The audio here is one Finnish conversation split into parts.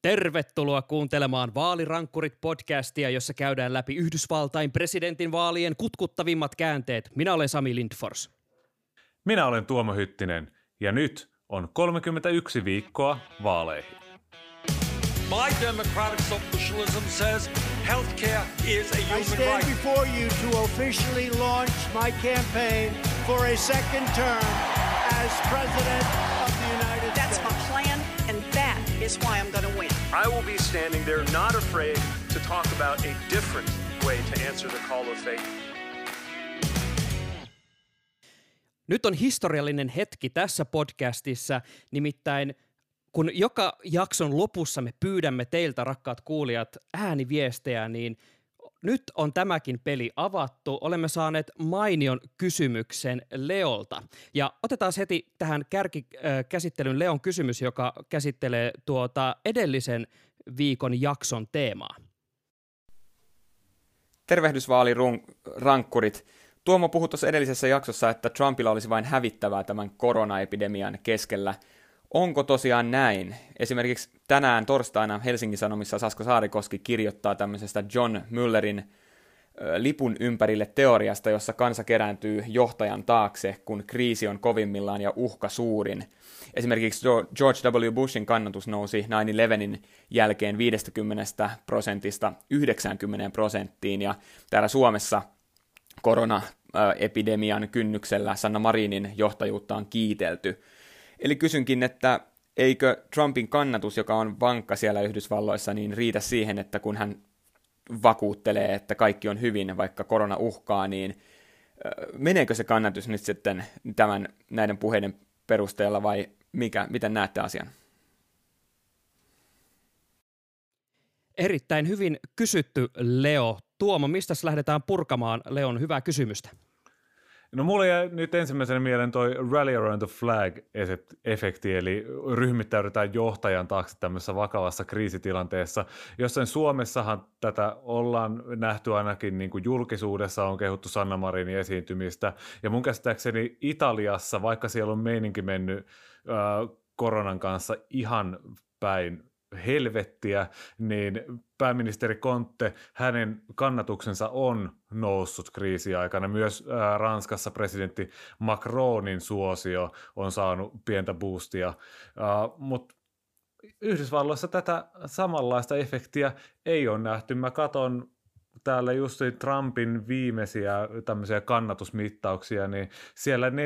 Tervetuloa kuuntelemaan Vaalirankkurit-podcastia, jossa käydään läpi Yhdysvaltain presidentinvaalien kutkuttavimmat käänteet. Minä olen Sami Lindfors. Minä olen Tuomo Hyttinen, ja nyt on 31 viikkoa vaaleihin. My democratic socialism says healthcare is a human right. I stand before you to officially launch my campaign for a second term as president of the United States. That's my plan, and that is why I'm going to win. I will be standing there not afraid to talk about a different way to answer the call of faith. Nyt on historiallinen hetki tässä podcastissa, nimittäin kun joka jakson lopussa me pyydämme teiltä, rakkaat kuulijat, ääniviestejä, niin nyt on tämäkin peli avattu. Olemme saaneet mainion kysymyksen Leolta. Ja otetaan heti tähän kärkikäsittelyn Leon kysymys, joka käsittelee edellisen viikon jakson teemaa. Tervehdysvaalirankkurit. Tuomo puhui tuossa edellisessä jaksossa, että Trumpilla olisi vain hävittävää tämän koronaepidemian keskellä. Onko tosiaan näin? Esimerkiksi tänään torstaina Helsingin Sanomissa Sasko Saarikoski kirjoittaa tämmöisestä John Müllerin lipun ympärille teoriasta, jossa kansa kerääntyy johtajan taakse, kun kriisi on kovimmillaan ja uhka suurin. Esimerkiksi George W. Bushin kannatus nousi 9/11 jälkeen 50% 90%, ja täällä Suomessa koronaepidemian kynnyksellä Sanna Marinin johtajuutta on kiitelty. Eli kysynkin, että eikö Trumpin kannatus, joka on vankka siellä Yhdysvalloissa, niin riitä siihen, että kun hän vakuuttelee, että kaikki on hyvin, vaikka korona uhkaa, niin meneekö se kannatus nyt sitten näiden puheiden perusteella vai miten näette asian? Erittäin hyvin kysytty, Leo. Tuomo, mistä lähdetään purkamaan Leon hyvää kysymystä? No mulle jäi nyt ensimmäisenä mieleen toi rally around the flag-efekti, eli ryhmittäydytään johtajan taakse tämmöisessä vakavassa kriisitilanteessa. Jossain Suomessahan tätä ollaan nähty ainakin niin kuin julkisuudessa, on kehuttu Sanna Marinin esiintymistä, ja mun käsittääkseni Italiassa, vaikka siellä on meininki mennyt koronan kanssa ihan päin helvettiä, niin pääministeri Conte, hänen kannatuksensa on noussut kriisiaikana. Myös Ranskassa presidentti Macronin suosio on saanut pientä boostia, mutta Yhdysvalloissa tätä samanlaista efektiä ei ole nähty. Mä katson täällä just Trumpin viimeisiä tämmöisiä kannatusmittauksia, niin siellä 42%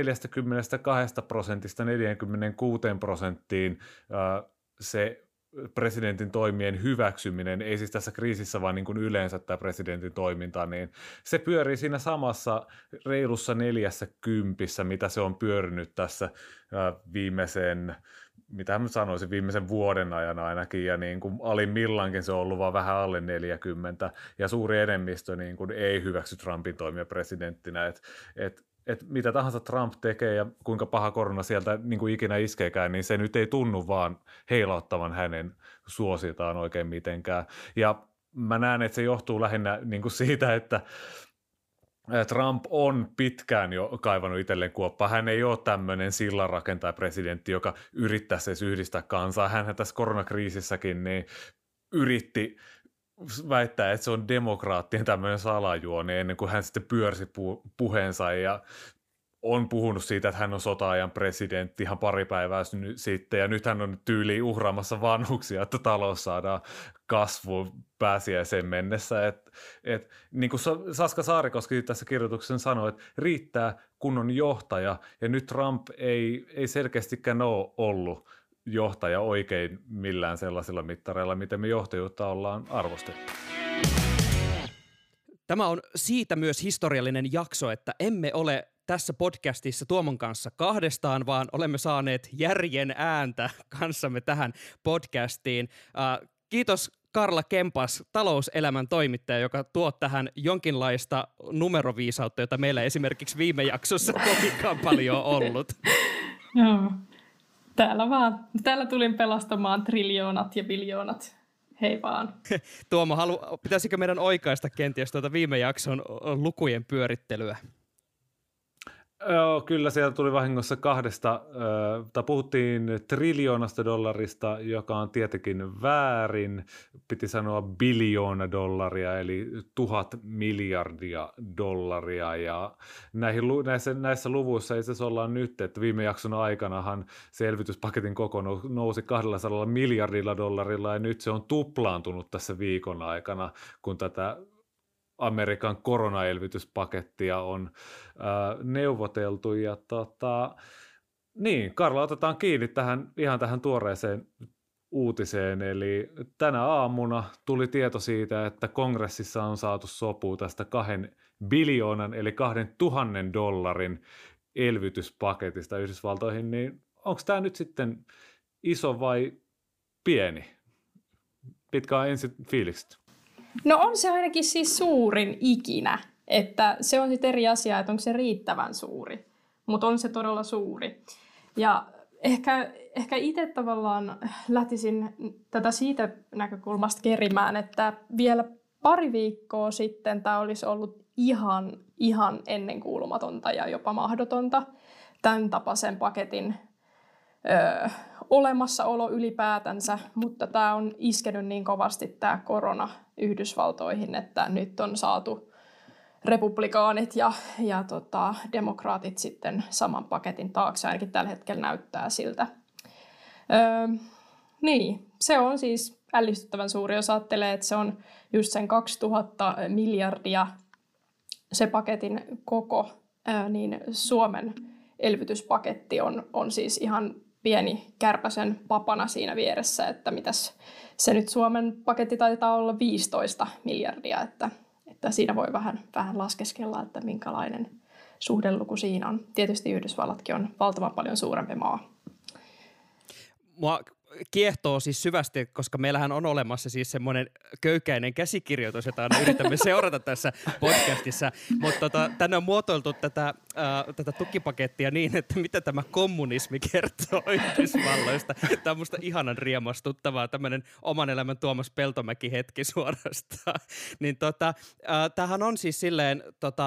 46% se presidentin toimien hyväksyminen, ei siis tässä kriisissä, vaan niin kuin yleensä tämä presidentin toiminta, niin se pyörii siinä samassa reilussa 40, mitä se on pyörinyt tässä viimeisen vuoden ajan ainakin, ja niin kuin alimmillaankin se on ollut vaan vähän alle 40, ja suuri enemmistö niin kuin ei hyväksy Trumpin toimia presidenttinä, että mitä tahansa Trump tekee ja kuinka paha korona sieltä niin kuin ikinä iskeekään, niin se nyt ei tunnu vaan heilauttavan hänen suosiotaan oikein mitenkään. Ja mä näen, että se johtuu lähinnä niin kuin siitä, että Trump on pitkään jo kaivannut itselleen kuoppaa. Hän ei ole tämmöinen sillanrakentaja presidentti, joka yrittäisi edes yhdistää kansaa. Hänhän tässä koronakriisissäkin niin yritti väittää, että se on demokraattien tämmöinen salajuoni ennen kuin hän sitten pyörsi puheensa ja on puhunut siitä, että hän on sota-ajan presidentti ihan pari päivää sitten, ja nyt hän on tyyliin uhraamassa vanhuksia, että talous saadaan kasvuun pääsiäiseen mennessä. Niin kuin Saska Saarikoski tässä kirjoituksessa sanoi, että riittää kun on johtaja, ja nyt Trump ei selkeästikään ole ollut johtaja oikein millään sellaisilla mittareilla, miten me johtajuutta ollaan arvostettu. Tämä on siitä myös historiallinen jakso, että emme ole tässä podcastissa Tuomon kanssa kahdestaan, vaan olemme saaneet järjen ääntä kanssamme tähän podcastiin. Kiitos Karla Kempas, talouselämän toimittaja, joka tuo tähän jonkinlaista numeroviisautta, jota meillä esimerkiksi viime jaksossa kovinkaan paljon ollut. Joo. Täällä tulin pelastamaan triljoonat ja biljoonat. Hei vaan. Tuomo, pitäisikö meidän oikaista kenties viime jakson lukujen pyörittelyä? Joo, kyllä siellä tuli vahingossa puhuttiin triljoonasta dollarista, joka on tietenkin väärin. Piti sanoa biljoona dollaria, eli 1000 miljardia dollaria. Ja näissä luvuissa itse asiassa ollaan nyt, että viime jakson aikanahan se elvytyspaketin koko nousi 200 miljardilla dollarilla, ja nyt se on tuplaantunut tässä viikon aikana, kun tätä Amerikan koronaelvytyspakettia on neuvoteltu. Ja niin, Karla, otetaan kiinni tähän tuoreeseen uutiseen. Eli tänä aamuna tuli tieto siitä, että kongressissa on saatu sopu tästä 2 biljoonan eli 2000 dollarin elvytyspaketista Yhdysvaltoihin. Niin onko tämä nyt sitten iso vai pieni? Mitkä on ensin fiilikset? No on se ainakin siis suurin ikinä, että se on sitten eri asia, että onko se riittävän suuri, mutta on se todella suuri. Ja ehkä itse tavallaan lähtisin tätä siitä näkökulmasta kerimään, että vielä pari viikkoa sitten tämä olisi ollut ihan ennenkuulumatonta ja jopa mahdotonta tämän tapaisen paketin olemassaolo ylipäätänsä, mutta tämä on iskenyt niin kovasti tämä korona Yhdysvaltoihin, että nyt on saatu republikaanit ja demokraatit sitten saman paketin taakse, ainakin tällä hetkellä näyttää siltä. Niin, se on siis ällistyttävän suuri, jos ajattelee, että se on just sen 2000 miljardia se paketin koko, niin Suomen elvytyspaketti on siis ihan pieni kärpäsen papana siinä vieressä, että mitäs se nyt Suomen paketti taitaa olla 15 miljardia, että siinä voi vähän laskeskella, että minkälainen suhdeluku siinä on. Tietysti Yhdysvallatkin on valtavan paljon suurempi maa. Mua kiehtoo siis syvästi, koska meillähän on olemassa siis semmoinen köykäinen käsikirjoitus, jota aina yritämme seurata tässä podcastissa, mutta tänne on muotoiltu tätä tukipakettia niin, että mitä tämä kommunismi kertoo Yhdysvalloista. Tämä on musta ihanan riemastuttavaa, tämmöinen oman elämän Tuomas Peltomäki hetki suorastaan. Niin tämähän on siis silleen,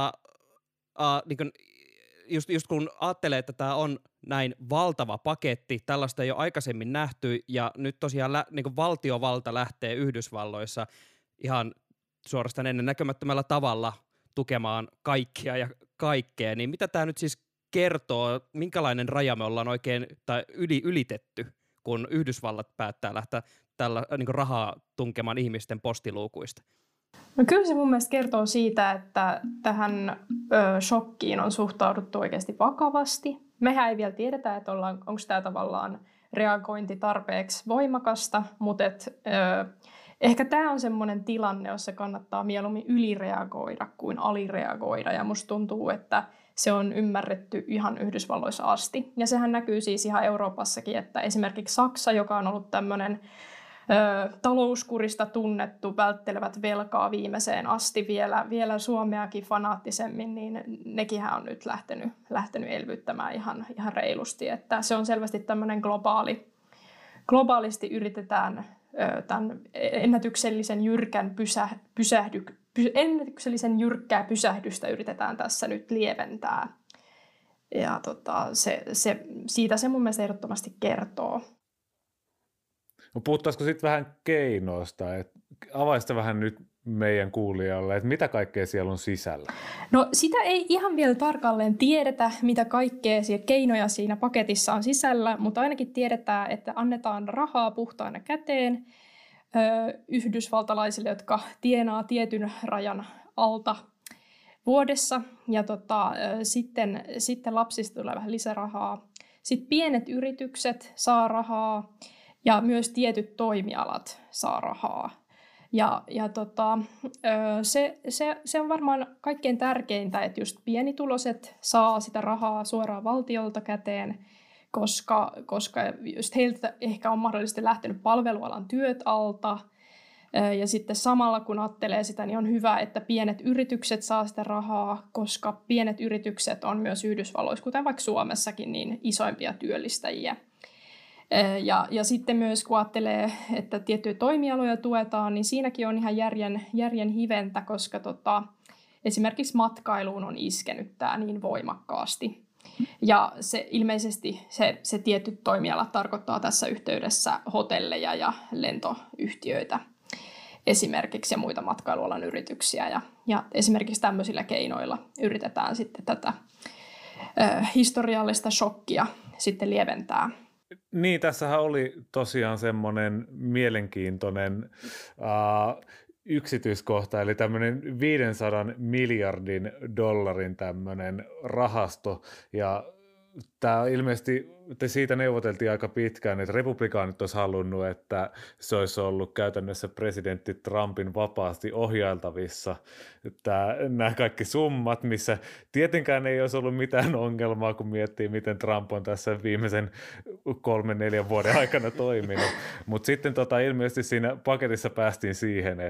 niin kuin just kun ajattelee, että tämä on näin valtava paketti, tällaista ei ole aikaisemmin nähty, ja nyt tosiaan niin valtiovalta lähtee Yhdysvalloissa ihan suorastaan ennennäkemättömällä tavalla tukemaan kaikkia ja kaikkea, niin mitä tämä nyt siis kertoo, minkälainen raja me ollaan oikein tai ylitetty, kun Yhdysvallat päättää lähteä tällä niin rahaa tunkemaan ihmisten postiluukuista? No kyllä se mun mielestä kertoo siitä, että tähän shokkiin on suhtauduttu oikeasti vakavasti. Mehän ei vielä tiedetä, että onko tämä tavallaan reagointi tarpeeksi voimakasta, mutta ehkä tämä on semmoinen tilanne, jossa kannattaa mieluummin ylireagoida kuin alireagoida. Ja musta tuntuu, että se on ymmärretty ihan Yhdysvalloissa asti. Ja sehän näkyy siis ihan Euroopassakin, että esimerkiksi Saksa, joka on ollut tämmöinen talouskurista tunnettu, välttelevät velkaa viimeiseen asti vielä Suomeakin fanaattisemmin, niin nekinhän on nyt lähtenyt elvyttämään ihan reilusti. Että se on selvästi tämmöinen globaalisti yritetään tämän ennätyksellisen jyrkkää pysähdystä yritetään tässä nyt lieventää. Ja siitä se mun mielestä ehdottomasti kertoo. No puhuttaisiko sitten vähän keinoista, että avaista vähän nyt meidän kuulijalle, että mitä kaikkea siellä on sisällä? No sitä ei ihan vielä tarkalleen tiedetä, mitä kaikkea keinoja siinä paketissa on sisällä, mutta ainakin tiedetään, että annetaan rahaa puhtaana käteen yhdysvaltalaisille, jotka tienaa tietyn rajan alta vuodessa, ja sitten lapsista tulee vähän lisärahaa. Sitten pienet yritykset saa rahaa, ja myös tietyt toimialat saa rahaa. Se on varmaan kaikkein tärkeintä, että just pienituloiset saa sitä rahaa suoraan valtiolta käteen, koska just heiltä ehkä on mahdollisesti lähtenyt palvelualan työt alta. Ja sitten samalla kun ajattelee sitä, niin on hyvä, että pienet yritykset saa sitä rahaa, koska pienet yritykset on myös Yhdysvalloissa, kuten vaikka Suomessakin, niin isoimpia työllistäjiä. Ja sitten myös kun ajattelee, että tiettyjä toimialoja tuetaan, niin siinäkin on ihan järjen hiventä, koska esimerkiksi matkailuun on iskenyt tämä niin voimakkaasti. Ja se ilmeisesti se tietty toimiala tarkoittaa tässä yhteydessä hotelleja ja lentoyhtiöitä esimerkiksi ja muita matkailualan yrityksiä. Ja esimerkiksi tämmöisillä keinoilla yritetään sitten tätä historiallista shokkia sitten lieventää. Niin, tässähän oli tosiaan semmoinen mielenkiintoinen yksityiskohta, eli tämmöinen 500 miljardin dollarin tämmöinen rahasto, ja tämä ilmeisesti, siitä neuvoteltiin aika pitkään, että republikaanit olisi halunnut, että se olisi ollut käytännössä presidentti Trumpin vapaasti ohjailtavissa. Nämä kaikki summat, missä tietenkään ei olisi ollut mitään ongelmaa, kun miettii, miten Trump on tässä viimeisen 3-4 vuoden aikana toiminut. Mutta sitten ilmeisesti siinä paketissa päästiin siihen,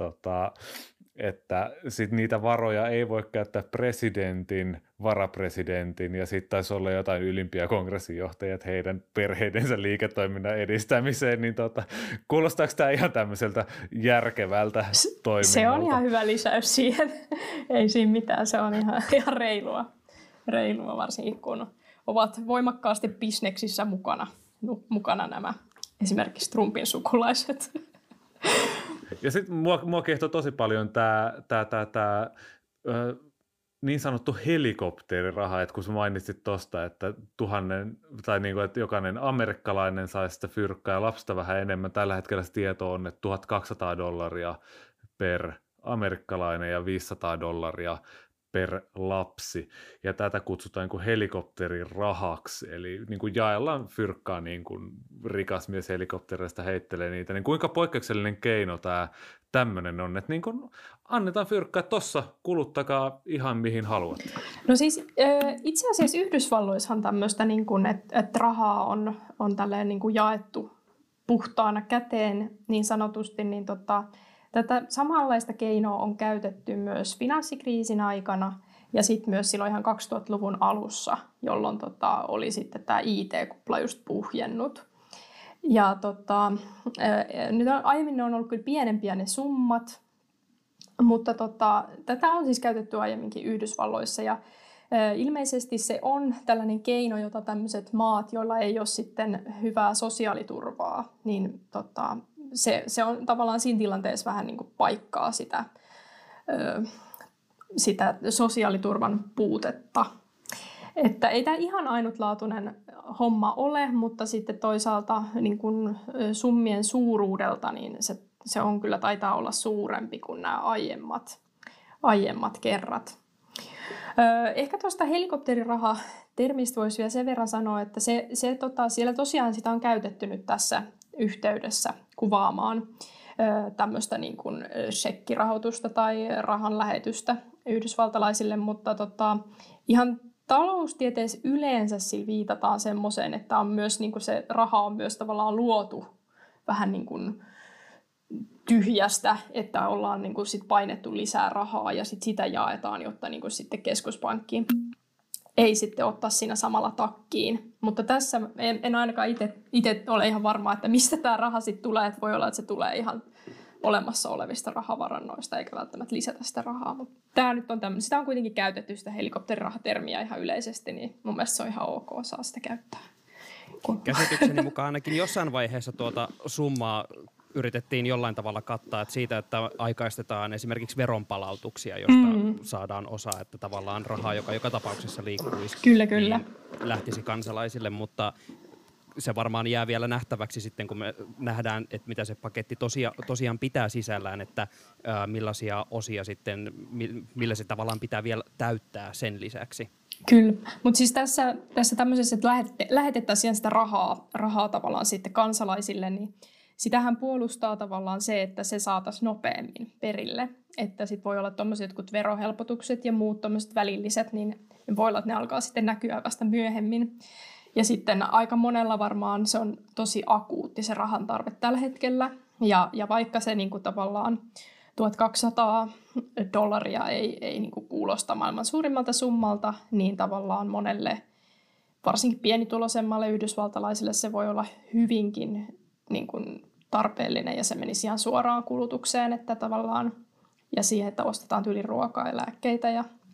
että sit niitä varoja ei voi käyttää presidentin, varapresidentin ja sitten taisi olla jotain ylimpiä kongressijohtajia heidän perheidensä liiketoiminnan edistämiseen, niin kuulostaako tämä ihan tämmöiseltä järkevältä toiminnalta? Se on ihan hyvä lisäys siihen. Ei siinä mitään, se on ihan reilua varsinkin kun ovat voimakkaasti bisneksissä mukana nämä esimerkiksi Trumpin sukulaiset. Ja sitten mua kiehtoo tosi paljon tämä niin sanottu helikopteriraha, että kun sä mainitsit tuosta, että että jokainen amerikkalainen saisi sitä fyrkkaa ja lapsista vähän enemmän. Tällä hetkellä se tieto on, että $1,200 per amerikkalainen ja $500 per lapsi, ja tätä kutsutaan niin kuin helikopterirahaksi, eli niin kuin jaellaan fyrkkaa niin kuin rikas mies helikopterista heittelee niitä, niin kuinka poikkeuksellinen keino tämä tämmöinen on, että niin kuin annetaan fyrkkaa, että tossa kuluttakaa ihan mihin haluatte. No siis itse asiassa Yhdysvalloissahan tämmöistä, niin kuin, että rahaa on tälleen niin kuin jaettu puhtaana käteen niin sanotusti, niin tätä samanlaista keinoa on käytetty myös finanssikriisin aikana ja sitten myös silloin ihan 2000-luvun alussa, jolloin oli sitten tämä IT-kupla just puhjennut. Ja nyt aiemmin ne on ollut kyllä pienempiä ne summat, mutta tätä on siis käytetty aiemminkin Yhdysvalloissa ja ilmeisesti se on tällainen keino, jota tämmöiset maat, joilla ei ole sitten hyvää sosiaaliturvaa, niin se on tavallaan siinä tilanteessa vähän niin kuin paikkaa sitä sosiaaliturvan puutetta. Että ei tämä ihan ainutlaatuinen homma ole, mutta sitten toisaalta niin kuin summien suuruudelta niin se on kyllä taitaa olla suurempi kuin nämä aiemmat kerrat. Ehkä tuosta helikopteriraha-termistä voisi vielä sen verran sanoa, että siellä tosiaan sitä on käytetty nyt tässä yhteydessä kuvaamaan tämmöistä niin kuin shekkirahoitusta tai rahan lähetystä yhdysvaltalaisille, mutta ihan taloustieteessä yleensä sillä viitataan semmoiseen, että on myös, niin kuin se raha on myös tavallaan luotu vähän niin kuin tyhjästä, että ollaan niin kuin sit painettu lisää rahaa ja sit sitä jaetaan, jotta niin kuin sitten keskuspankki ei sitten ottaa siinä samalla takkiin. Mutta tässä en ainakaan itse ole ihan varma, että mistä tämä raha sitten tulee. Että voi olla, että se tulee ihan olemassa olevista rahavarannoista, eikä välttämättä lisätä sitä rahaa. Mutta tämä nyt on tämmöinen. Sitä on kuitenkin käytetty sitä helikopterirahatermiä ihan yleisesti, niin mun mielestä se on ihan ok, saa sitä käyttää. Käsitykseni mukaan ainakin jossain vaiheessa tuota summaa yritettiin jollain tavalla kattaa, että siitä, että aikaistetaan esimerkiksi veronpalautuksia, josta saadaan osa, että tavallaan rahaa, joka tapauksessa liikkuisi, kyllä. Niin lähtisi kansalaisille, mutta se varmaan jää vielä nähtäväksi sitten, kun me nähdään, että mitä se paketti tosiaan pitää sisällään, että millaisia osia sitten, millä se tavallaan pitää vielä täyttää sen lisäksi. Kyllä, mutta siis tässä tämmöisessä, että lähetettäisiin sitä rahaa tavallaan sitten kansalaisille, niin sitähän puolustaa tavallaan se, että se saataisiin nopeammin perille. Että sitten voi olla tuommoiset jotkut verohelpotukset ja muut tuommoiset välilliset, niin voi olla, että ne alkaa sitten näkyä vasta myöhemmin. Ja sitten aika monella varmaan se on tosi akuutti se rahan tarve tällä hetkellä. Ja vaikka se niin kuin tavallaan $1,200 ei niin kuin kuulosta maailman suurimmalta summalta, niin tavallaan monelle, varsinkin pienituloisemmalle yhdysvaltalaiselle, se voi olla hyvinkin niin kuin tarpeellinen ja se menisi ihan suoraan kulutukseen, että tavallaan, ja siihen, että ostetaan tyyli ruokaa ja lääkkeitä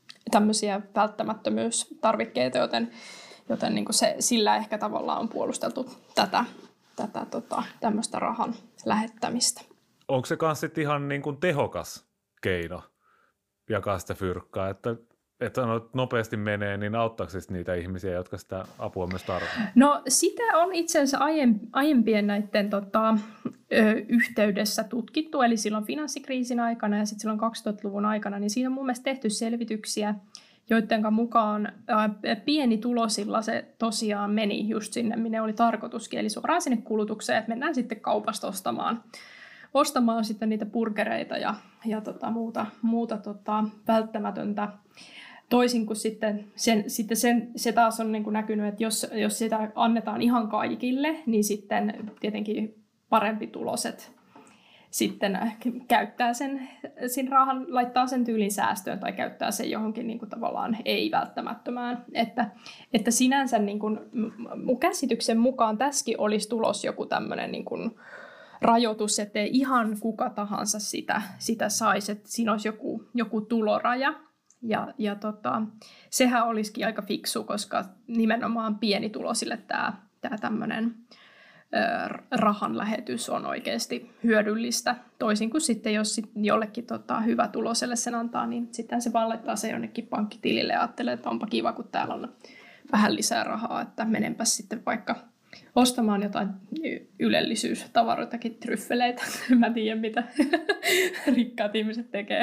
tämmöisiä välttämättömyystarvikkeita, joten niin kuin sillä ehkä tavallaan on puolusteltu tätä tämmöistä rahan lähettämistä. Onko se myös ihan niin kuin tehokas keino jakaa sitä fyrkkaa, että nopeasti menee, niin auttaako se niitä ihmisiä, jotka sitä apua myös tarvitsevat? No sitä on itse asiassa aiempien näiden yhteydessä tutkittu, eli silloin finanssikriisin aikana ja sitten silloin 2000-luvun aikana, niin siinä on mun mielestä tehty selvityksiä, joiden mukaan pienitulosilla se tosiaan meni just sinne, minne oli tarkoituskin, eli suoraan sinne kulutukseen, että mennään sitten kaupasta ostamaan sitten niitä burgereita ja muuta välttämätöntä. Toisin kuin sitten se taas on niin kuin näkynyt, että jos sitä annetaan ihan kaikille, niin sitten tietenkin parempi tuloset sitten käyttää sen rahan, laittaa sen tyylin säästöön tai käyttää sen johonkin niin kuin tavallaan ei-välttämättömään. Että sinänsä niin kuin, mun käsityksen mukaan tässäkin olisi tulos joku tämmöinen niin kuin rajoitus, ettei ihan kuka tahansa sitä saisi, että siinä olisi joku tuloraja. Ja sehän olisikin aika fiksu, koska nimenomaan pienituloisille tämä tämmöinen rahan lähetys on oikeasti hyödyllistä. Toisin kuin sitten, jos jollekin hyvätuloiselle sen antaa, niin sitten se vaan laittaa se jonnekin pankkitilille ja ajattelee, että onpa kiva, kun täällä on vähän lisää rahaa, että menenpäs sitten vaikka ostamaan jotain ylellisyystavaroitakin, tryffeleitä. Mä tiedän, mitä rikkaat ihmiset tekee.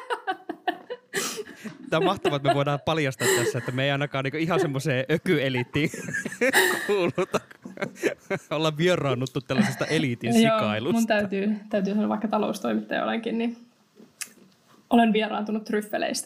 Tämä on mahtavaa, että me voidaan paljastaa tässä, että me ei ainakaan niin ihan semmoiseen ökyeliittiin kuuluta. Ollaan vieraannuttu tällaisesta eliitin sikailusta. Joo, mun täytyy sanoa, vaikka taloustoimittaja olenkin, niin olen vieraantunut tryffeleistä.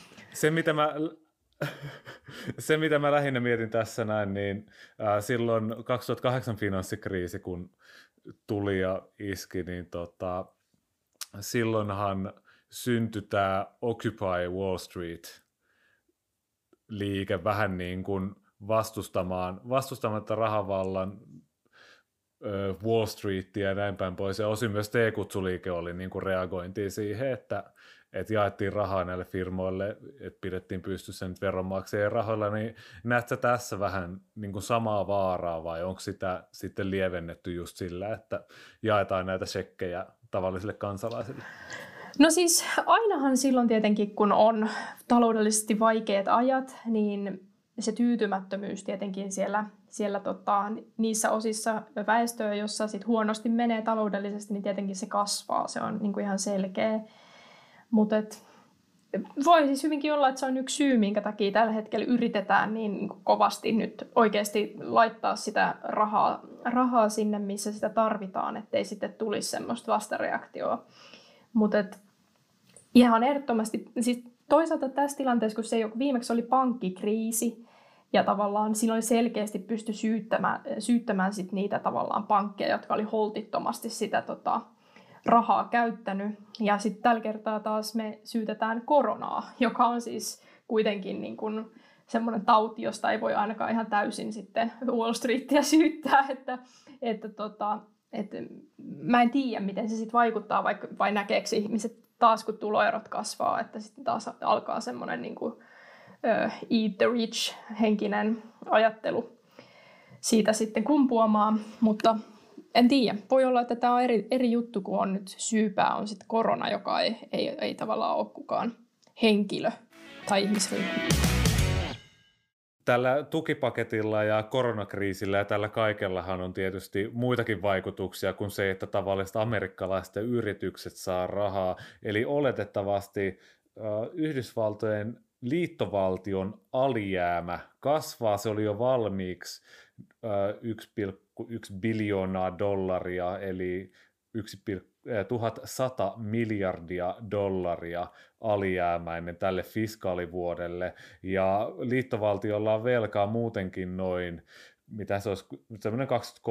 Se, mitä mä lähinnä mietin tässä näin, niin silloin 2008 finanssikriisi, kun tuli ja iski, niin silloinhan syntyi tämä Occupy Wall Street-liike vähän niin kuin vastustamaan rahavallan Wall Streetia ja näin päin pois. Ja osin myös T-kutsuliike oli niin kuin reagointia siihen, että jaettiin rahaa näille firmoille, että pidettiin pystyssä nyt veronmaksajien rahoilla, niin näetkö tässä vähän niin kuin samaa vaaraa vai onko sitä sitten lievennetty just sillä, että jaetaan näitä shekkejä tavallisille kansalaisille? No siis ainahan silloin tietenkin, kun on taloudellisesti vaikeat ajat, niin se tyytymättömyys tietenkin siellä niissä osissa väestöä, jossa sit huonosti menee taloudellisesti, niin tietenkin se kasvaa. Se on niin kuin ihan selkeä. Mutta voi siis hyvinkin olla, että se on yksi syy, minkä takia tällä hetkellä yritetään niin kovasti nyt oikeasti laittaa sitä rahaa sinne, missä sitä tarvitaan, ettei sitten tulisi semmoista vastareaktioa. Mutta ihan ehdottomasti, siis toisaalta tässä tilanteessa, kun viimeksi oli pankkikriisi, ja tavallaan siinä oli selkeästi pysty syyttämään sit niitä tavallaan pankkeja, jotka oli holtittomasti sitä rahaa käyttänyt. Ja sitten tällä kertaa taas me syytetään koronaa, joka on siis kuitenkin niin kuin semmoinen tauti, josta ei voi ainakaan ihan täysin sitten Wall Streetia syyttää. Että mä en tiedä, miten se sitten vaikuttaa, vai näkeekö ihmiset taas, kun tuloerot kasvaa, että sitten taas alkaa semmoinen niin kuin eat the rich -henkinen ajattelu siitä sitten kumpuamaan, mutta en tiedä. Voi olla, että tämä on eri juttu, kun on nyt syypää on sitten korona, joka ei tavallaan ole kukaan henkilö tai ihmisryhmä. Tällä tukipaketilla ja koronakriisillä ja tällä kaikellahan on tietysti muitakin vaikutuksia kuin se, että tavalliset amerikkalaiset yritykset saa rahaa. Eli oletettavasti Yhdysvaltojen liittovaltion alijäämä kasvaa. Se oli jo valmiiksi 1,1 biljoonaa dollaria, eli 1,100 miljardia dollaria alijäämäinen tälle fiskaalivuodelle, ja liittovaltiolla on velkaa muutenkin noin, mitä se olisi, semmoinen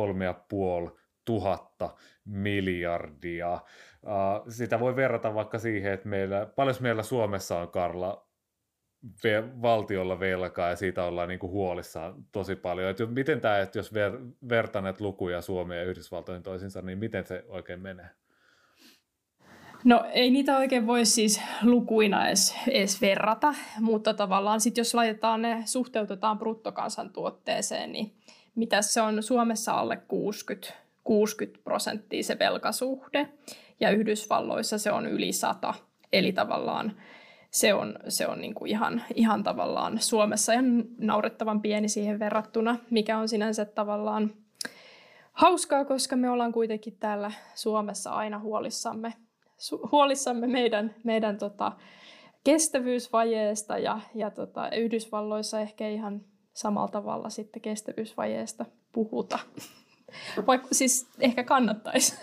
23,5 miljardia. Sitä voi verrata vaikka siihen, että paljon meillä Suomessa on, Karla, valtiolla velkaa, ja siitä ollaan niin kuin huolissaan tosi paljon. Että miten tämä, että jos vertanet lukuja Suomea ja Yhdysvaltojen toisinsa, niin miten se oikein menee? No ei niitä oikein voi siis lukuina edes verrata, mutta tavallaan sitten jos laitetaan ne, suhteutetaan bruttokansantuotteeseen, niin mitä se on Suomessa alle 60% se velkasuhde ja Yhdysvalloissa se on yli 100, eli tavallaan se on niin kuin ihan tavallaan Suomessa ihan naurettavan pieni siihen verrattuna, mikä on sinänsä tavallaan hauskaa, koska me ollaan kuitenkin täällä Suomessa aina huolissamme meidän kestävyysvajeesta ja Yhdysvalloissa ehkä ihan samalla tavalla sitten kestävyysvajeesta puhuta. Vaikka siis ehkä kannattaisi.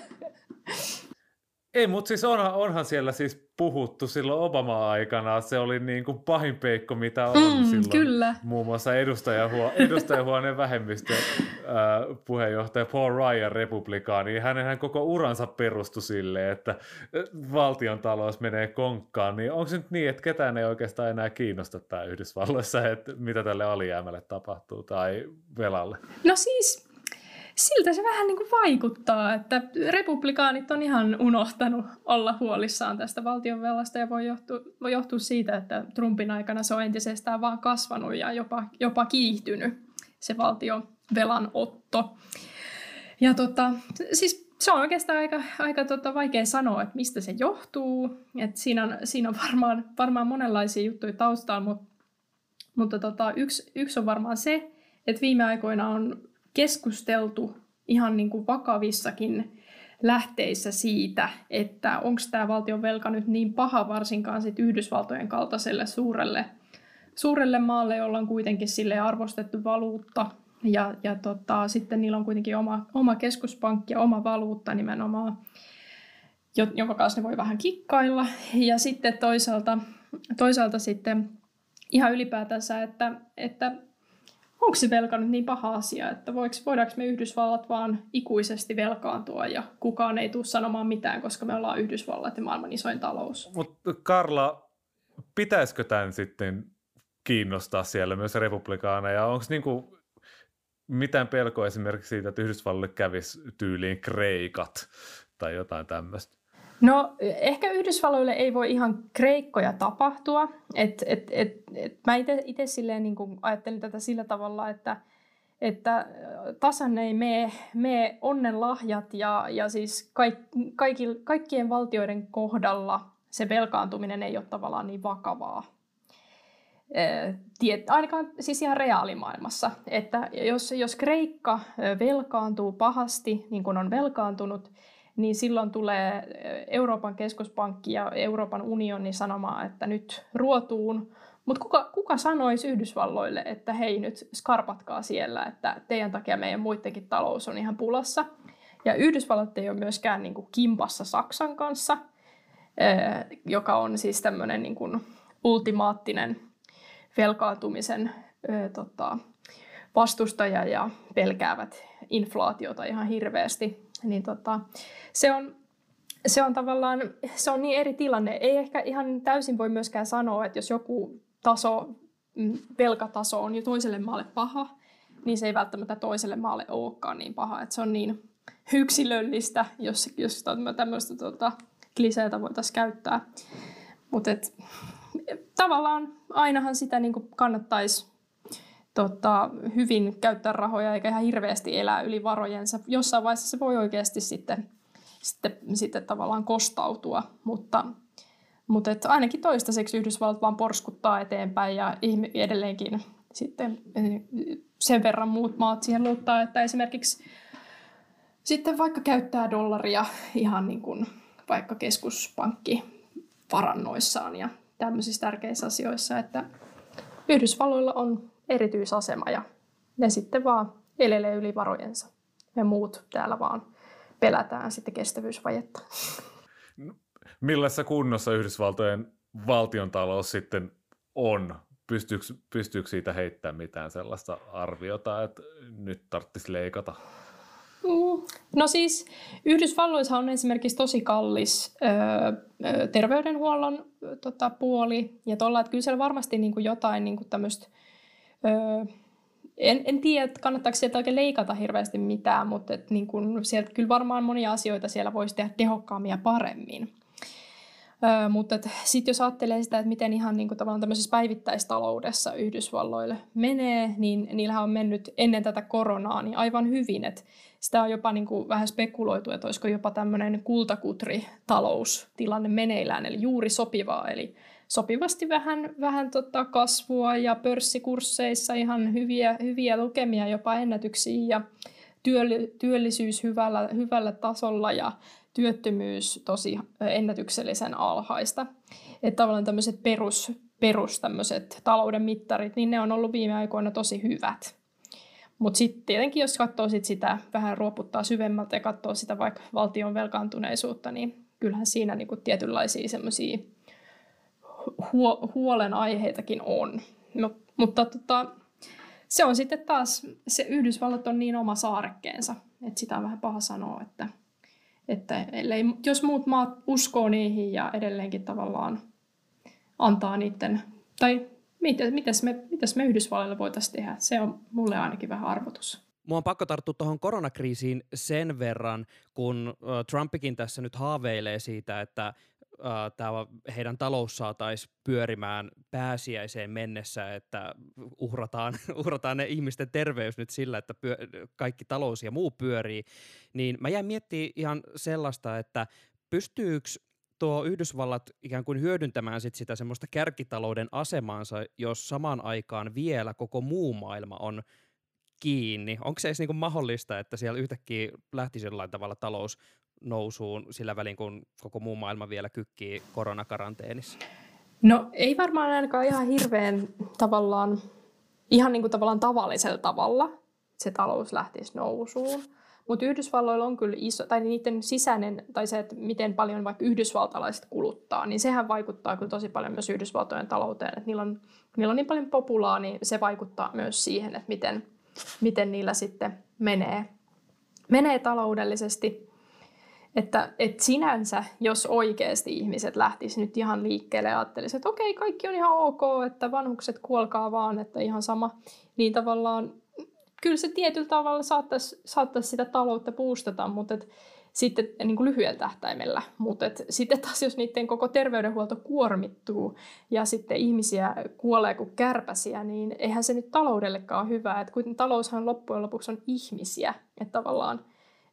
Ei, mutta siis onhan siellä siis puhuttu silloin Obama-aikana. Se oli niin kuin pahin peikko, mitä on silloin. Kyllä. Muun muassa edustajahuoneen vähemmistön puheenjohtaja Paul Ryan, republikaani. Hänen koko uransa perustui sille, että valtion talous menee konkkaan. Niin onko se nyt niin, että ketään ei oikeastaan enää kiinnosta tämä Yhdysvalloissa, että mitä tälle alijäämälle tapahtuu tai velalle? No siis siltä se vähän niin kuin vaikuttaa, että republikaanit on ihan unohtanut olla huolissaan tästä valtionvelasta ja voi johtua siitä, että Trumpin aikana se on entisestään vaan kasvanut ja jopa kiihtynyt se valtion velanotto. Ja siis se on oikeastaan aika vaikea sanoa, että mistä se johtuu. Että siinä on varmaan monenlaisia juttuja taustalla, mutta yksi on varmaan se, että viime aikoina on keskusteltu ihan niin kuin vakavissakin lähteissä siitä, että onko tämä valtionvelka nyt niin paha varsinkaan sit Yhdysvaltojen kaltaiselle suurelle maalle, jolla on kuitenkin sille arvostettu valuutta ja sitten niillä on kuitenkin oma keskuspankki ja oma valuutta nimenomaan, jonka kanssa ne voi vähän kikkailla. Ja sitten toisaalta sitten ihan ylipäätänsä, että onko se velka nyt niin paha asia, että voidaanko me Yhdysvallat vaan ikuisesti velkaantua ja kukaan ei tule sanomaan mitään, koska me ollaan Yhdysvallat ja maailman isoin talous. Mutta Karla, pitäisikö tämän sitten kiinnostaa siellä myös republikaaneja? Onko niinku mitään pelkoa esimerkiksi siitä, että Yhdysvalloille kävisi tyyliin Kreikat tai jotain tämmöistä? No ehkä Yhdysvalloille ei voi ihan kreikkoja tapahtua. Mä itse silleen niin kuin ajattelin tätä sillä tavalla, että tasan ei mene onnenlahjat ja siis kaikkien valtioiden kohdalla se velkaantuminen ei ole tavallaan niin vakavaa. Ainakaan siis ihan reaalimaailmassa, että jos Kreikka velkaantuu pahasti, niin kuin on velkaantunut, niin silloin tulee Euroopan keskuspankki ja Euroopan unioni sanomaan, että nyt ruotuun. Mutta kuka sanoisi Yhdysvalloille, että hei nyt skarpatkaa siellä, että teidän takia meidän muidenkin talous on ihan pulassa. Ja Yhdysvallat ei ole myöskään niin kuin kimpassa Saksan kanssa, joka on siis tämmöinen niin kuin ultimaattinen velkaantumisen vastustaja ja pelkäävät inflaatiota ihan hirveästi. Niin se on tavallaan se on niin eri tilanne. Ei ehkä ihan täysin voi myöskään sanoa, että jos joku velkataso on jo toiselle maalle paha, niin se ei välttämättä toiselle maalle olekaan niin paha. Että se on niin yksilöllistä, jos tämmöistä kliseetä voitaisiin käyttää. Mutta tavallaan ainahan sitä niin kuin kannattaisi hyvin käyttää rahoja eikä ihan hirveästi elää yli varojensa. Jossain vaiheessa se voi oikeasti sitten tavallaan kostautua, mutta ainakin toistaiseksi Yhdysvallat vaan porskuttaa eteenpäin ja edelleenkin sitten sen verran muut maat siihen luottaa, että esimerkiksi sitten vaikka käyttää dollaria ihan niin kuin vaikka keskuspankkivarannoissaan ja tämmöisissä tärkeissä asioissa, että Yhdysvalloilla on erityisasema ja ne sitten vaan elelee yli varojensa. Me muut täällä vaan pelätään sitten kestävyysvajetta. Millaisessa kunnossa Yhdysvaltojen valtiontalous sitten on? Pystyykö siitä heittämään mitään sellaista arviota, että nyt tarvitsisi leikata? No siis Yhdysvalloissa on esimerkiksi tosi kallis terveydenhuollon puoli ja tuolla, että kyllä siellä varmasti niin kuin jotain niin kuin tämmöistä, en tiedä, kannattaako sieltä oikein leikata hirveästi mitään, mutta että niin kuin sieltä kyllä varmaan monia asioita siellä voisi tehdä tehokkaammin ja paremmin. Mutta sitten jos ajattelee sitä, että miten ihan niin kuin tavallaan tämmöisessä päivittäistaloudessa Yhdysvalloille menee, niin niillähän on mennyt ennen tätä koronaa niin aivan hyvin. Että sitä on jopa niin kuin vähän spekuloitu, että olisiko jopa tämmöinen kultakutri-taloustilanne meneillään, eli juuri sopivaa. Eli sopivasti vähän kasvua ja pörssikursseissa ihan hyviä lukemia, jopa ennätyksiä ja työllisyys hyvällä tasolla ja työttömyys tosi ennätyksellisen alhaista. Että tavallaan tämmöiset perus tämmöiset talouden mittarit, niin ne on ollut viime aikoina tosi hyvät. Mutta sitten tietenkin, jos katsoo sitä vähän ruoputtaa syvemmältä ja katsoo sitä vaikka valtion velkaantuneisuutta, niin kyllähän siinä niinku tietynlaisia semmoisia huolenaiheitakin on. Mutta se on sitten taas, se Yhdysvallat on niin oma saarekkeensa, että sitä on vähän paha sanoa, että jos muut maat uskoo niihin ja edelleenkin tavallaan antaa niiden, tai mitäs me Yhdysvalloille voitaisiin tehdä, se on mulle ainakin vähän arvotus. Mua on pakko tarttua tuohon koronakriisiin sen verran, kun Trumpikin tässä nyt haaveilee siitä, että heidän talous saataisiin pyörimään pääsiäiseen mennessä, että uhrataan ne ihmisten terveys nyt sillä, että kaikki talous ja muu pyörii, niin mä jäin miettimään ihan sellaista, että pystyykö tuo Yhdysvallat ikään kuin hyödyntämään sitä semmoista kärkitalouden asemaansa, jos samaan aikaan vielä koko muu maailma on kiinni. Onko se edes niin kuin mahdollista, että siellä yhtäkkiä lähtisi jollain tavalla talous nousuun sillä välin, kun koko muu maailma vielä kykkii koronakaranteenissa? No ei varmaan ainakaan ihan hirveän tavallaan, ihan niin kuin tavallaan tavallisella tavalla se talous lähtisi nousuun. Mutta Yhdysvalloilla on kyllä iso, tai niiden sisäinen, tai se, että miten paljon vaikka yhdysvaltalaiset kuluttaa, niin sehän vaikuttaa kyllä tosi paljon myös Yhdysvaltojen talouteen. Että niillä on niin paljon populaa, niin se vaikuttaa myös siihen, että miten niillä sitten menee taloudellisesti. Että sinänsä, jos oikeasti ihmiset lähtisivät nyt ihan liikkeelle ja ajattelisivat, että okei, kaikki on ihan ok, että vanhukset kuolkaa vaan, että ihan sama, niin tavallaan kyllä se tietyllä tavalla saattaisi sitä taloutta boostata, mutta sitten niin kuin lyhyellä tähtäimellä. Mutta sitten taas, jos niiden koko terveydenhuolto kuormittuu ja sitten ihmisiä kuolee kuin kärpäsiä, niin eihän se nyt taloudellekaan ole hyvä. Että kuitenkin taloushan loppujen lopuksi on ihmisiä. Että tavallaan,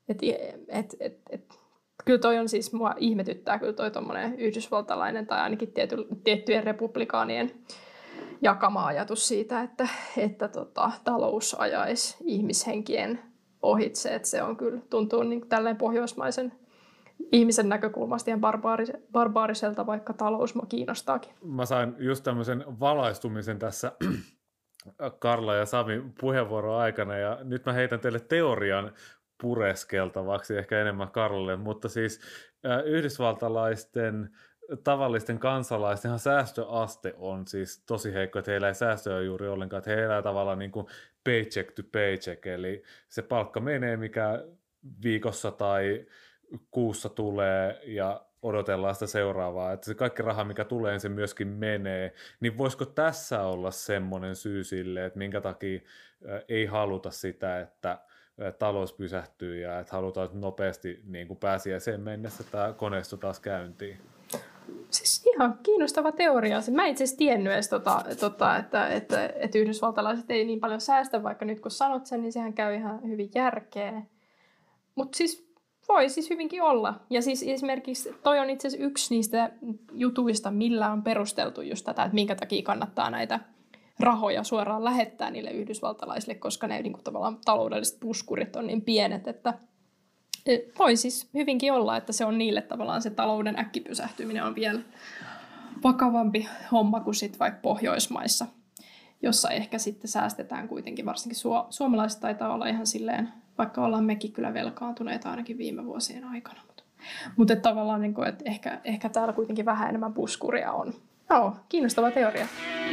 kyllä toi on siis, mua ihmetyttää kyllä toi tommoinen yhdysvaltalainen tai ainakin tiettyjen republikaanien jakama ajatus siitä, että talous ajaisi ihmishenkien ohitse. Että se on kyllä, tuntuu niin tälleen pohjoismaisen ihmisen näkökulmasta ihan barbaariselta, vaikka talous mua kiinnostaakin. Mä sain just tämmöisen valaistumisen tässä Karla ja Sami puheenvuoron aikana, ja nyt mä heitän teille teorian pureskeltavaksi, ehkä enemmän Karlalle, mutta siis yhdysvaltalaisten tavallisten kansalaistenhan säästöaste on siis tosi heikko, että heillä ei säästöä juuri ollenkaan, että he elää tavallaan niin kuin paycheck to paycheck, eli se palkka menee, mikä viikossa tai kuussa tulee, ja odotellaan sitä seuraavaa, että se kaikki raha, mikä tulee, se myöskin menee, niin voisiko tässä olla semmoinen syy sille, että minkä takia ei haluta sitä, että talous pysähtyy ja että halutaan nopeasti niin kuin pääsiäiseen mennessä tämä koneisto taas käyntiin? Siis ihan kiinnostava teoria. Mä en itse asiassa tiennyt edes, että yhdysvaltalaiset ei niin paljon säästä, vaikka nyt kun sanot sen, niin sehän käy ihan hyvin järkeä. Mutta siis voi siis hyvinkin olla. Ja siis esimerkiksi toi on itse asiassa yksi niistä jutuista, millä on perusteltu just tätä, että minkä takia kannattaa näitä rahoja suoraan lähettää niille yhdysvaltalaisille, koska ne niin kuin tavallaan taloudelliset puskurit on niin pienet, että voi siis hyvinkin olla, että se on niille tavallaan se talouden äkkipysähtyminen on vielä vakavampi homma kuin sitten vaikka Pohjoismaissa, jossa ehkä sitten säästetään kuitenkin, varsinkin suomalaiset taitaa olla ihan silleen, vaikka ollaan mekin kyllä velkaantuneita ainakin viime vuosien aikana. Mutta tavallaan, niin kuin, että ehkä täällä kuitenkin vähän enemmän puskuria on. Joo, kiinnostava teoria.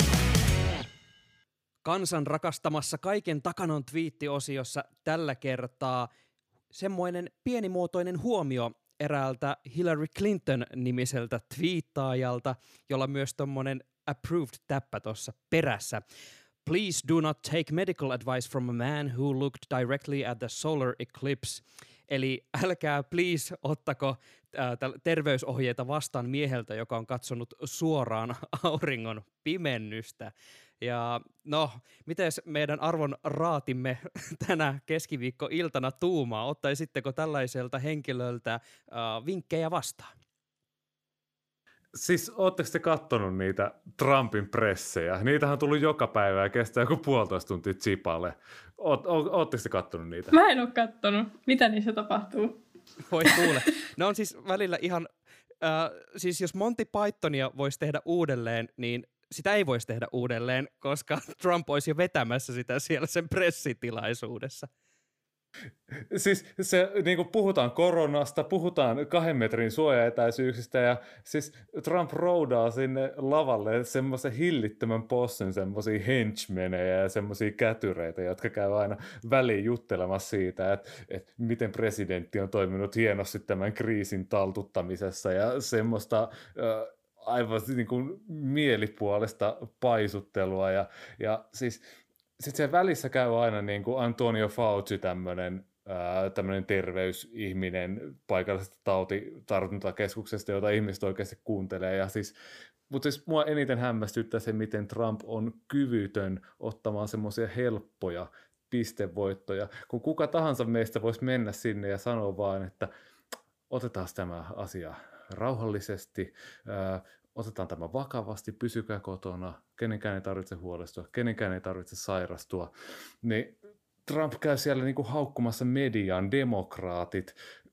Kansan rakastamassa kaiken takanon twiittiosiossa tällä kertaa semmoinen pienimuotoinen huomio eräältä Hillary Clinton-nimiseltä twiittaajalta, jolla myös tommonen approved-täppä tuossa perässä. Please do not take medical advice from a man who looked directly at the solar eclipse. Eli älkää please ottako terveysohjeita vastaan mieheltä, joka on katsonut suoraan auringon pimennystä. Ja no, miten meidän arvon raatimme tänä keskiviikkoiltana tuumaa? Ottaisitteko tällaiselta henkilöltä vinkkejä vastaan? Siis ootteko te kattonut niitä Trumpin pressejä? Niitähän on tullut joka päivä ja kestää joku 1,5 tuntia Zipalle. Ootteko te kattonut niitä? Mä en ole kattonut. Mitä niissä tapahtuu? Voi kuule. Ne on siis välillä ihan, siis jos Monty Pythonia voisi tehdä uudelleen, niin sitä ei voisi tehdä uudelleen, koska Trump olisi jo vetämässä sitä siellä sen pressitilaisuudessa. Siis se, niin kuin puhutaan koronasta, puhutaan 2 metrin suojaetäisyyksistä ja siis Trump roudaa sinne lavalle semmoisen hillittömän possen, semmoisia henchmenejä ja semmoisia kätyreitä, jotka käy aina väliin juttelemassa siitä, että miten presidentti on toiminut hienosti tämän kriisin taltuttamisessa ja semmoista aivan niin kuin mielipuolesta paisuttelua ja siis sitten siellä välissä käy aina niin kuin Antonio Fauci, tämmöinen terveysihminen paikallisesta tautitartuntakeskuksesta, jota ihmiset oikeasti kuuntelee. Ja mutta siis mua eniten hämmästyttää se, miten Trump on kyvytön ottamaan semmoisia helppoja pistevoittoja, kun kuka tahansa meistä voisi mennä sinne ja sanoa vaan, että otetaan tämä asia rauhallisesti, otetaan tämä vakavasti, pysykää kotona, kenenkään ei tarvitse huolestua, kenenkään ei tarvitse sairastua. Niin Trump käy siellä niinku haukkumassa median, demokraatit,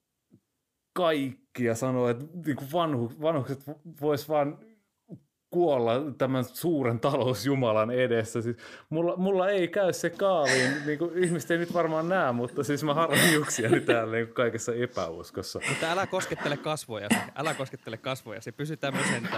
kaikki ja sanoo, että niinku vanhukset vois vaan kuolla tämän suuren talousjumalan edessä. Siis mulla ei käy se kaaliin, niin kuin ihmiset ei nyt varmaan näe, mutta siis mä harvoin juksiani täällä niin kaikessa epäuskossa. Mutta älä koskettele kasvojasi, pysy tämmöisen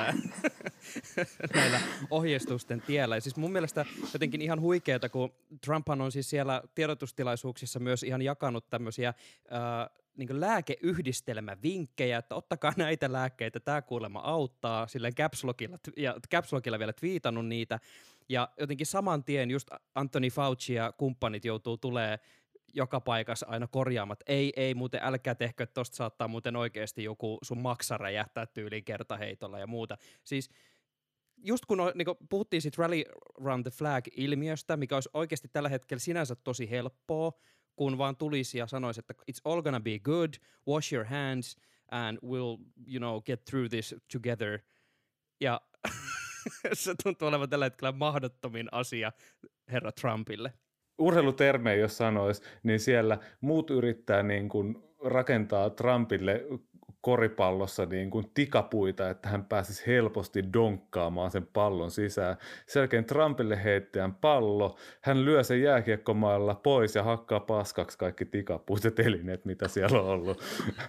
näillä ohjeistusten tiellä. Ja siis mun mielestä jotenkin ihan huikeeta, kun Trumphan on siis siellä tiedotustilaisuuksissa myös ihan jakanut tämmöisiä niin lääkeyhdistelmävinkkejä, että ottakaa näitä lääkkeitä, tämä kuulemma auttaa, silleen Caps Lockilla vielä twiitannut niitä, ja jotenkin saman tien just Anthony Fauci ja kumppanit joutuu tulee joka paikassa aina korjaamat, ei muuten älkää tehkö, että tosta saattaa muuten oikeasti joku sun maksa räjähtää tyyliin kertaheitolla ja muuta. Siis just kun niin puhuttiin siitä Rally Around the Flag-ilmiöstä, mikä olisi oikeasti tällä hetkellä sinänsä tosi helppoa, kun vaan tulisi ja sanoisi, että it's all gonna be good, wash your hands and we'll, get through this together. Ja se tuntuu olevan tällä hetkellä mahdottomin asia herra Trumpille. Urheilutermejä, jos sanoisi, niin siellä muut yrittää niin kuin rakentaa Trumpille koripallossa niin kuin tikapuita, että hän pääsisi helposti donkkaamaan sen pallon sisään. Sen jälkeen Trumpille heittäjän pallo, hän lyö sen jääkiekkomailla pois ja hakkaa paskaksi kaikki tikapuut ja telineet, mitä siellä on ollut.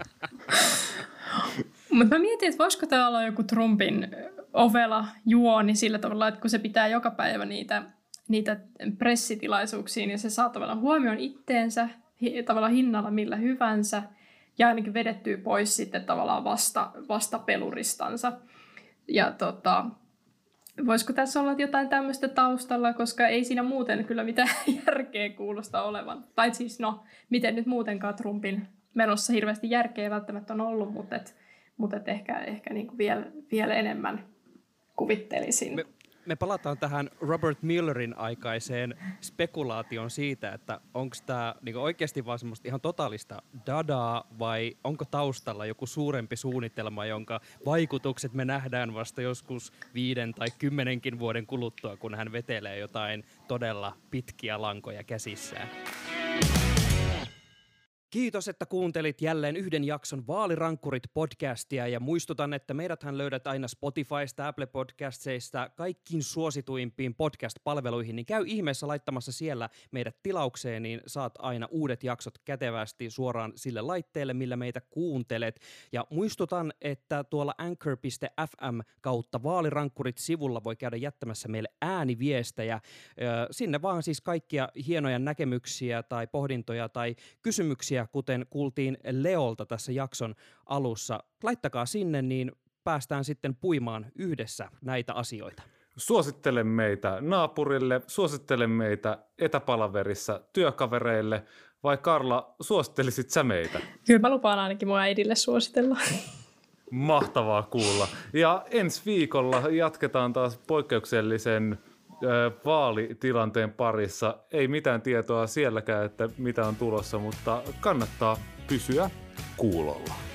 Mutta mä mietin, että voisiko tämä olla joku Trumpin ovela juoni sillä tavalla, että kun se pitää joka päivä niitä pressitilaisuuksia, niin se saa tavallaan huomioon itteensä tavallaan hinnalla millä hyvänsä, ja ainakin vedettyä pois sitten tavallaan vasta peluristansa. Ja voisiko tässä olla jotain tämmöistä taustalla, koska ei siinä muuten kyllä mitään järkeä kuulosta olevan. Tai siis miten nyt muutenkaan Trumpin menossa hirveästi järkeä välttämättä on ollut, mutta ehkä niin kuin vielä enemmän kuvittelisin. Me palataan tähän Robert Muellerin aikaiseen spekulaation siitä, että onko tämä niinku oikeasti vaan semmoista ihan totaalista dadaa vai onko taustalla joku suurempi suunnitelma, jonka vaikutukset me nähdään vasta joskus 5 tai 10 vuoden kuluttua, kun hän vetelee jotain todella pitkiä lankoja käsissään. Kiitos, että kuuntelit jälleen yhden jakson Vaalirankkurit-podcastia ja muistutan, että meidäthän löydät aina Spotifysta, Apple Podcastseista, kaikkiin suosituimpiin podcast-palveluihin, niin käy ihmeessä laittamassa siellä meidät tilaukseen, niin saat aina uudet jaksot kätevästi suoraan sille laitteelle, millä meitä kuuntelet. Ja muistutan, että tuolla anchor.fm kautta Vaalirankkurit-sivulla voi käydä jättämässä meille ääniviestejä. Sinne vaan siis kaikkia hienoja näkemyksiä tai pohdintoja tai kysymyksiä, kuten kuultiin Leolta tässä jakson alussa. Laittakaa sinne, niin päästään sitten puimaan yhdessä näitä asioita. Suosittele meitä naapurille, suosittele meitä etäpalaverissa työkavereille, vai Karla, suosittelisit sä meitä? Kyllä mä lupaan ainakin mun äidille suositella. Mahtavaa kuulla. Ja ensi viikolla jatketaan taas poikkeuksellisen vaalitilanteen parissa. Ei mitään tietoa sielläkään, että mitä on tulossa, mutta kannattaa pysyä kuulolla.